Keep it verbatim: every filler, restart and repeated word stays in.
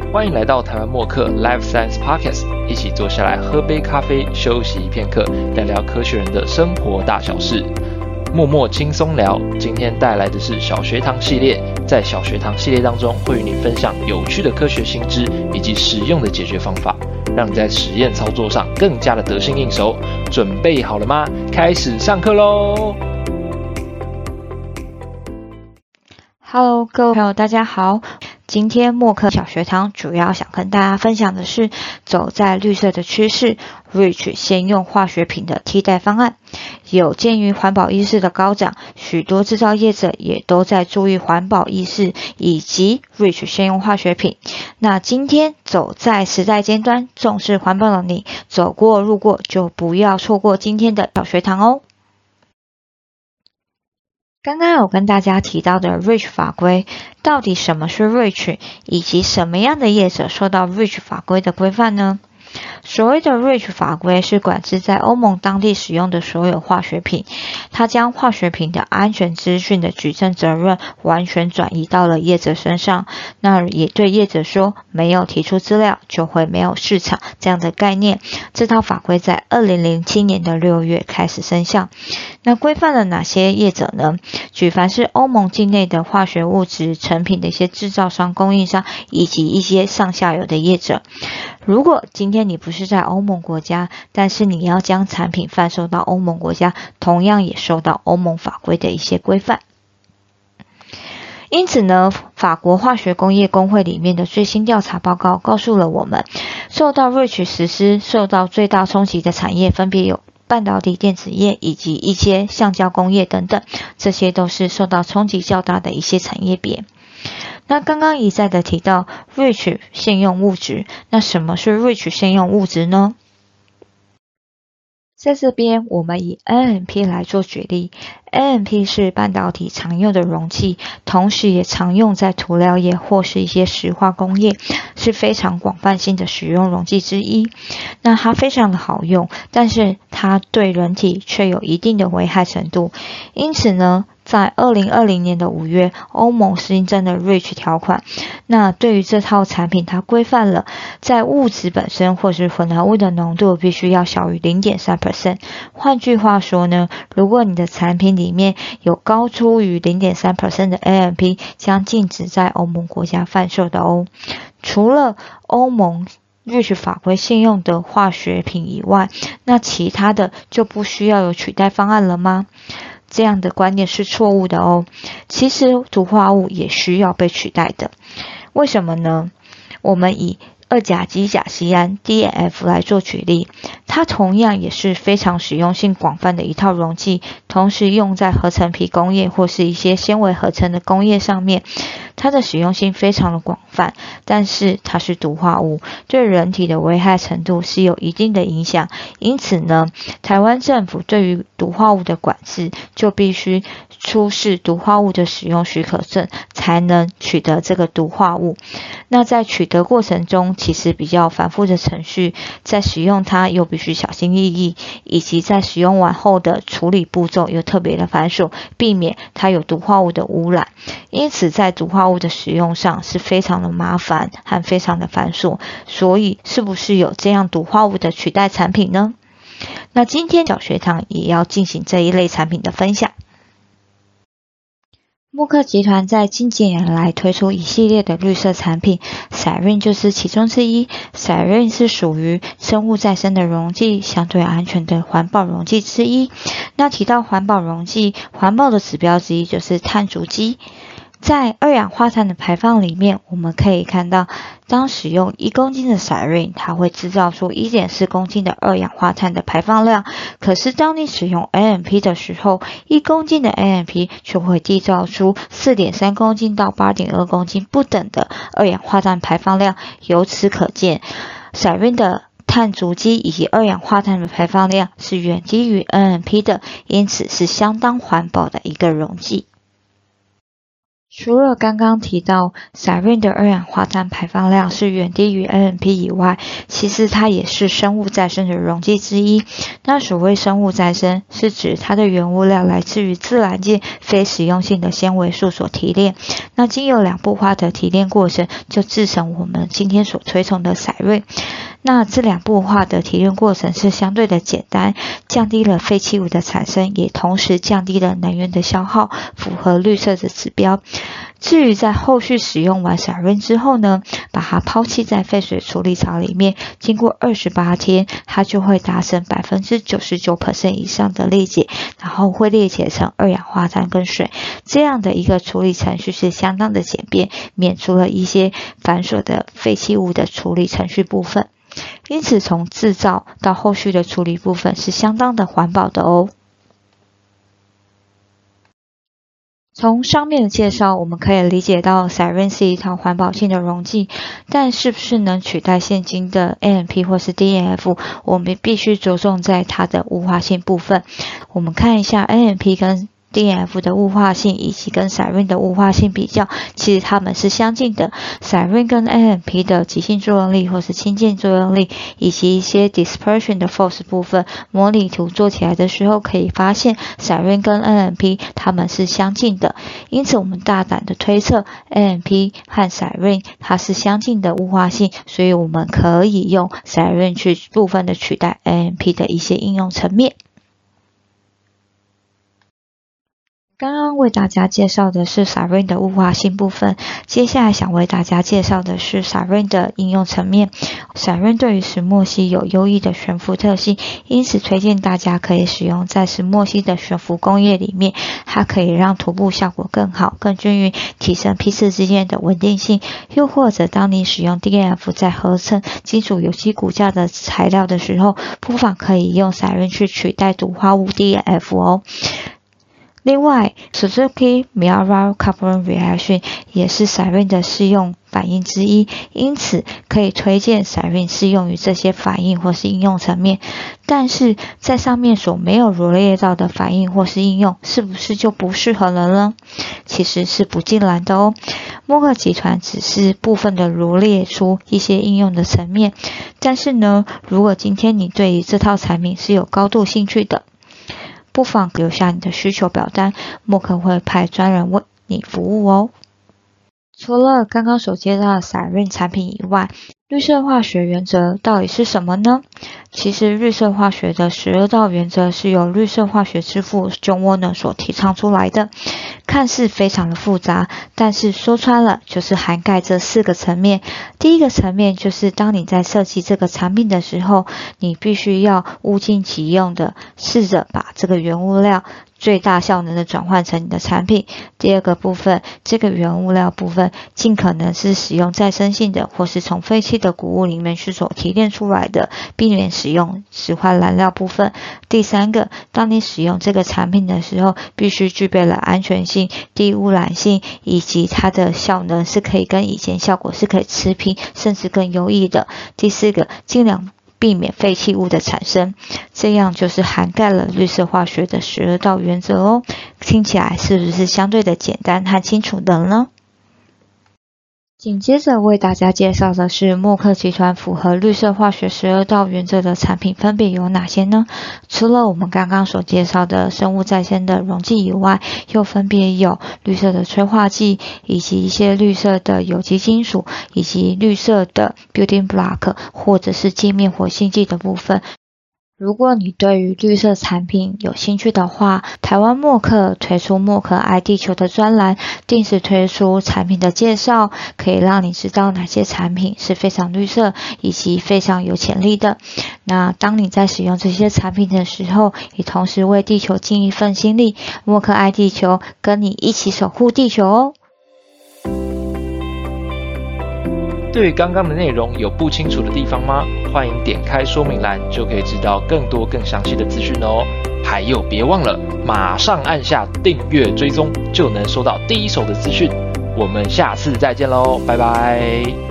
欢迎来到台湾默克 Life Science Podcast， 一起坐下来喝杯咖啡，休息片刻，聊聊科学人的生活大小事。默默轻松聊，今天带来的是小学堂系列。在小学堂系列当中，会与你分享有趣的科学新知以及实用的解决方法，让你在实验操作上更加的得心应手。准备好了吗？开始上课喽！ Hello， 各位朋友，大家好。今天默克小学堂主要想跟大家分享的是走在绿色的趋势 ，Rich 先用化学品的替代方案。有鉴于环保意识的高涨，许多制造业者也都在注意环保意识以及 Rich 先用化学品。那今天走在时代尖端，重视环保的你，走过路过就不要错过今天的小学堂哦。刚刚有跟大家提到的 REACH 法规，到底什么是 REACH， 以及什么样的业者受到 REACH 法规的规范呢？所谓的 REACH 法规是管制在欧盟当地使用的所有化学品，它将化学品的安全资讯的举证责任完全转移到了业者身上，那也对业者说没有提出资料就会没有市场这样的概念。这套法规在二零零七年的六月开始生效。那规范了哪些业者呢？举凡是欧盟境内的化学物质成品的一些制造商、供应商以及一些上下游的业者。如果今天你不是在欧盟国家，但是你要将产品贩售到欧盟国家，同样也受到欧盟法规的一些规范。因此呢，法国化学工业工会里面的最新调查报告告诉了我们，受到 REACH 实施受到最大冲击的产业分别有半导体电子业以及一些橡胶工业等等，这些都是受到冲击较大的一些产业别。那刚刚一再的提到 REACH 现用物质，那什么是 REACH 现用物质呢？在这边我们以 N M P 来做举例， N M P 是半导体常用的容器，同时也常用在涂料业或是一些石化工业，是非常广泛性的使用溶剂之一。那它非常的好用，但是它对人体却有一定的危害程度，因此呢在二零二零年的五月，欧盟新增的 REACH 条款。那对于这套产品，它规范了在物质本身或是混合物的浓度必须要小于 零点三 百分之三。换句话说呢，如果你的产品里面有高出于 零点三 百分之三 的 N M P， 将禁止在欧盟国家贩售的哦。除了欧盟REACH 法规适用的化学品以外，那其他的就不需要有取代方案了吗？这样的观念是错误的哦。其实毒化物也需要被取代的。为什么呢？我们以二甲基甲酰胺 D N F 来做举例，它同样也是非常实用性广泛的一套溶剂，同时用在合成皮工业或是一些纤维合成的工业上面，它的使用性非常的广泛，但是它是毒化物，对人体的危害程度是有一定的影响。因此呢，台湾政府对于毒化物的管制就必须出示毒化物的使用许可证，才能取得这个毒化物。那在取得过程中其实比较繁复的程序，在使用它又必须小心翼翼，以及在使用完后的处理步骤又特别的繁琐，避免它有毒化物的污染。因此在毒化物的使用上是非常的麻烦和非常的繁琐，所以是不是有这样毒化物的取代产品呢？那今天小学堂也要进行这一类产品的分享。默克集团在近几年来推出一系列的绿色产品， Cyrene 就是其中之一。 Cyrene 是属于生物再生的溶剂，相对安全的环保溶剂之一。那提到环保溶剂，环保的指标之一就是碳足迹。在二氧化碳的排放里面，我们可以看到，当使用一公斤的 Cyrene， 它会制造出 一点四公斤的二氧化碳的排放量。可是当你使用 N M P 的时候，一公斤的 N M P 却会缔造出 四点三公斤到 八点二公斤不等的二氧化碳排放量。由此可见， Cyrene 的碳足迹以及二氧化碳的排放量是远低于 N M P 的，因此是相当环保的一个溶剂。 除了刚刚提到 Cyrene 的二氧化碳排放量是远低于 N M P 以外，其实它也是生物再生的溶剂之一。那所谓生物再生，是指它的原物料来自于自然界非实用性的纤维素所提炼，那经由两步化的提炼过程，就制成我们今天所推崇的 Cyrene。那这两步化的提炼过程是相对的简单，降低了废弃物的产生，也同时降低了能源的消耗，符合绿色的指标。至于在后续使用完 Cyrene 之后呢，把它抛弃在废水处理厂里面，经过二十八天，它就会达成 百分之九十九 以上的裂解，然后会裂解成二氧化碳跟水。这样的一个处理程序是相当的简便，免除了一些繁琐的废弃物的处理程序部分。因此从制造到后续的处理部分是相当的环保的哦。从上面的介绍，我们可以理解到 Cyrene 是一套环保性的溶剂，但是不是能取代现今的 N M P 或是 D E F， 我们必须着重在它的雾化性部分。我们看一下 N M P 跟D E F 的雾化性以及跟 Cyrene 的雾化性比较，其实它们是相近的。Cyrene 跟 N M P 的极性作用力或是氢键作用力，以及一些 dispersion 的 force 部分，模拟图做起来的时候可以发现 Cyrene 跟 N M P 它们是相近的。因此我们大胆的推测 N M P 和 Cyrene 它是相近的雾化性，所以我们可以用 Cyrene 去部分的取代 N M P 的一些应用层面。刚刚为大家介绍的是 Cyrene 的雾化性部分，接下来想为大家介绍的是 Cyrene 的应用层面。Cyrene 对于石墨烯有优异的悬浮特性，因此推荐大家可以使用在石墨烯的悬浮工业里面，它可以让涂布效果更好、更均匀，提升批次之间的稳定性。又或者当你使用 D E F 在合成金属有机骨架的材料的时候，不妨可以用 Cyrene 去取代毒化物 D E F 哦。另外 Suzuki-Miura Carbon Reaction 也是 Cyrene 的适用反应之一，因此可以推荐 Cyrene 适用于这些反应或是应用层面。但是在上面所没有罗列到的反应或是应用，是不是就不适合了呢？其实是不尽然的哦。默克集团只是部分的罗列出一些应用的层面，但是呢，如果今天你对于这套产品是有高度兴趣的，不妨留下你的需求表单，默克会派专人为你服务哦。除了刚刚所介绍的 Cyrene 产品以外，绿色化学原则到底是什么呢？其实绿色化学的十二道原则是由绿色化学之父 John Warner 所提倡出来的，看似非常的复杂，但是说穿了就是涵盖这四个层面。第一个层面就是当你在设计这个产品的时候，你必须要物尽其用的试着把这个原物料最大效能的转换成你的产品。第二个部分，这个原物料部分尽可能是使用再生性的或是从废弃的谷物里面去所提炼出来的，避免使用石化燃料部分。第三个，当你使用这个产品的时候，必须具备了安全性、低污染性，以及它的效能是可以跟以前效果是可以持平甚至更优异的。第四个，尽量避免废弃物的产生，这样就是涵盖了绿色化学的十二道原则哦。听起来是不是相对的简单和清楚的呢？紧接着为大家介绍的是默克集团符合绿色化学十二道原则的产品分别有哪些呢？除了我们刚刚所介绍的生物再生的溶剂以外，又分别有绿色的催化剂，以及一些绿色的有机金属，以及绿色的 building block 或者是界面活性剂的部分。如果你对于绿色产品有兴趣的话，台湾默克推出默克爱地球的专栏，定时推出产品的介绍，可以让你知道哪些产品是非常绿色以及非常有潜力的。那当你在使用这些产品的时候，也同时为地球尽一份心力，默克爱地球，跟你一起守护地球哦。 对于刚刚的内容有不清楚的地方吗？欢迎点开说明栏，就可以知道更多更详细的资讯哦。还有别忘了马上按下订阅追踪，就能收到第一手的资讯。我们下次再见喽，拜拜。